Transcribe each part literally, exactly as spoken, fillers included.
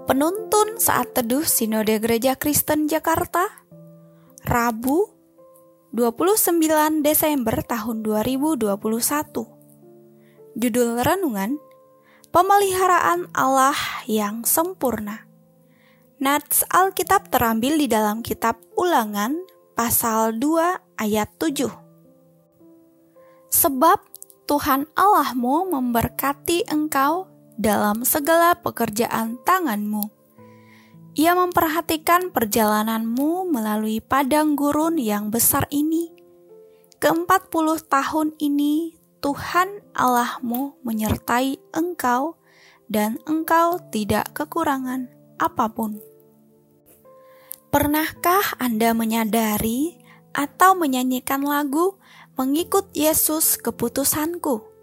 Penuntun Saat Teduh Sinode Gereja Kristen Jakarta, Rabu, dua puluh sembilan Desember tahun dua ribu dua puluh satu. Judul renungan, Pemeliharaan Allah yang Sempurna. Nats Alkitab terambil di dalam kitab Ulangan pasal dua ayat tujuh. Sebab Tuhan Allahmu memberkati engkau dalam segala pekerjaan tanganmu. Ia memperhatikan perjalananmu melalui padang gurun yang besar ini. Keempat puluh tahun ini Tuhan Allahmu menyertai engkau dan engkau tidak kekurangan apapun. Pernahkah Anda menyadari atau menyanyikan lagu "Mengikut Yesus Keputusanku"?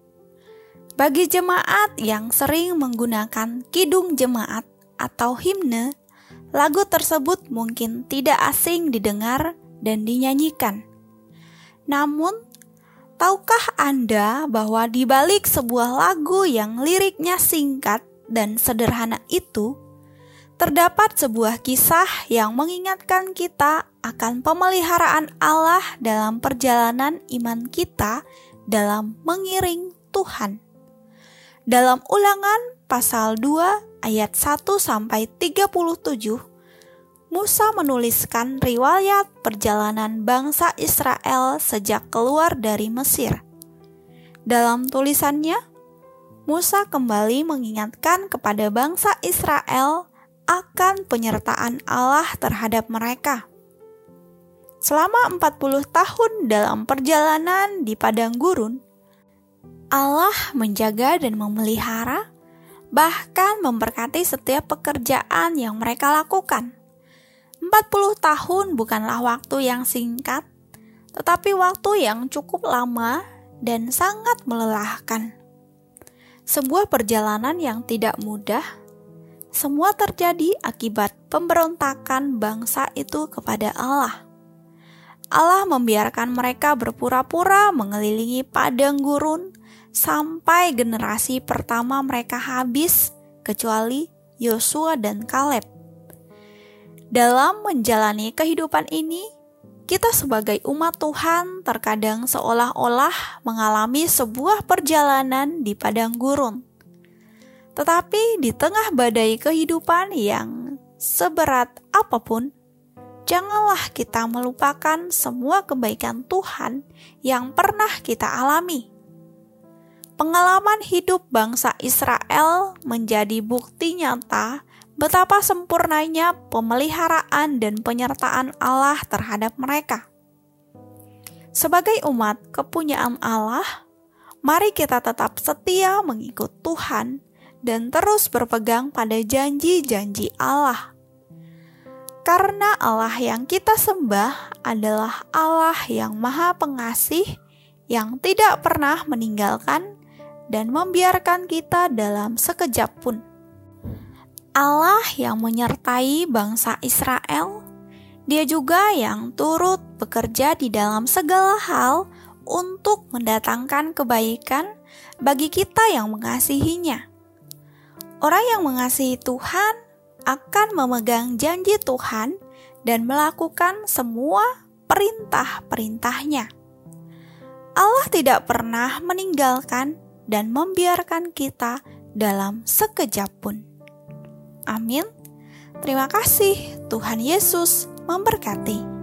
Bagi jemaat yang sering menggunakan kidung jemaat atau himne, lagu tersebut mungkin tidak asing didengar dan dinyanyikan. Namun, tahukah Anda bahwa di balik sebuah lagu yang liriknya singkat dan sederhana itu, terdapat sebuah kisah yang mengingatkan kita akan pemeliharaan Allah dalam perjalanan iman kita dalam mengiring Tuhan. Dalam Ulangan pasal dua ayat satu sampai tiga puluh tujuh, Musa menuliskan riwayat perjalanan bangsa Israel sejak keluar dari Mesir. Dalam tulisannya, Musa kembali mengingatkan kepada bangsa Israel akan penyertaan Allah terhadap mereka. Selama empat puluh tahun dalam perjalanan di padang gurun, Allah menjaga dan memelihara, bahkan memberkati setiap pekerjaan yang mereka lakukan. empat puluh tahun bukanlah waktu yang singkat, tetapi waktu yang cukup lama dan sangat melelahkan. Sebuah perjalanan yang tidak mudah, semua terjadi akibat pemberontakan bangsa itu kepada Allah. Allah membiarkan mereka berpura-pura mengelilingi padang gurun, sampai generasi pertama mereka habis, kecuali Yosua dan Kaleb. Dalam menjalani kehidupan ini, kita sebagai umat Tuhan terkadang seolah-olah mengalami sebuah perjalanan di padang gurun. Tetapi di tengah badai kehidupan yang seberat apapun, janganlah kita melupakan semua kebaikan Tuhan yang pernah kita alami. Pengalaman hidup bangsa Israel menjadi bukti nyata betapa sempurnanya pemeliharaan dan penyertaan Allah terhadap mereka. Sebagai umat kepunyaan Allah, mari kita tetap setia mengikut Tuhan dan terus berpegang pada janji-janji Allah. Karena Allah yang kita sembah adalah Allah yang Maha Pengasih, yang tidak pernah meninggalkan dan membiarkan kita dalam sekejap pun. Allah yang menyertai bangsa Israel, Dia juga yang turut bekerja di dalam segala hal untuk mendatangkan kebaikan bagi kita yang mengasihinya. Orang yang mengasihi Tuhan akan memegang janji Tuhan dan melakukan semua perintah-perintahnya. Allah tidak pernah meninggalkan dan membiarkan kita dalam sekejap pun. Amin. Terima kasih. Tuhan Yesus memberkati.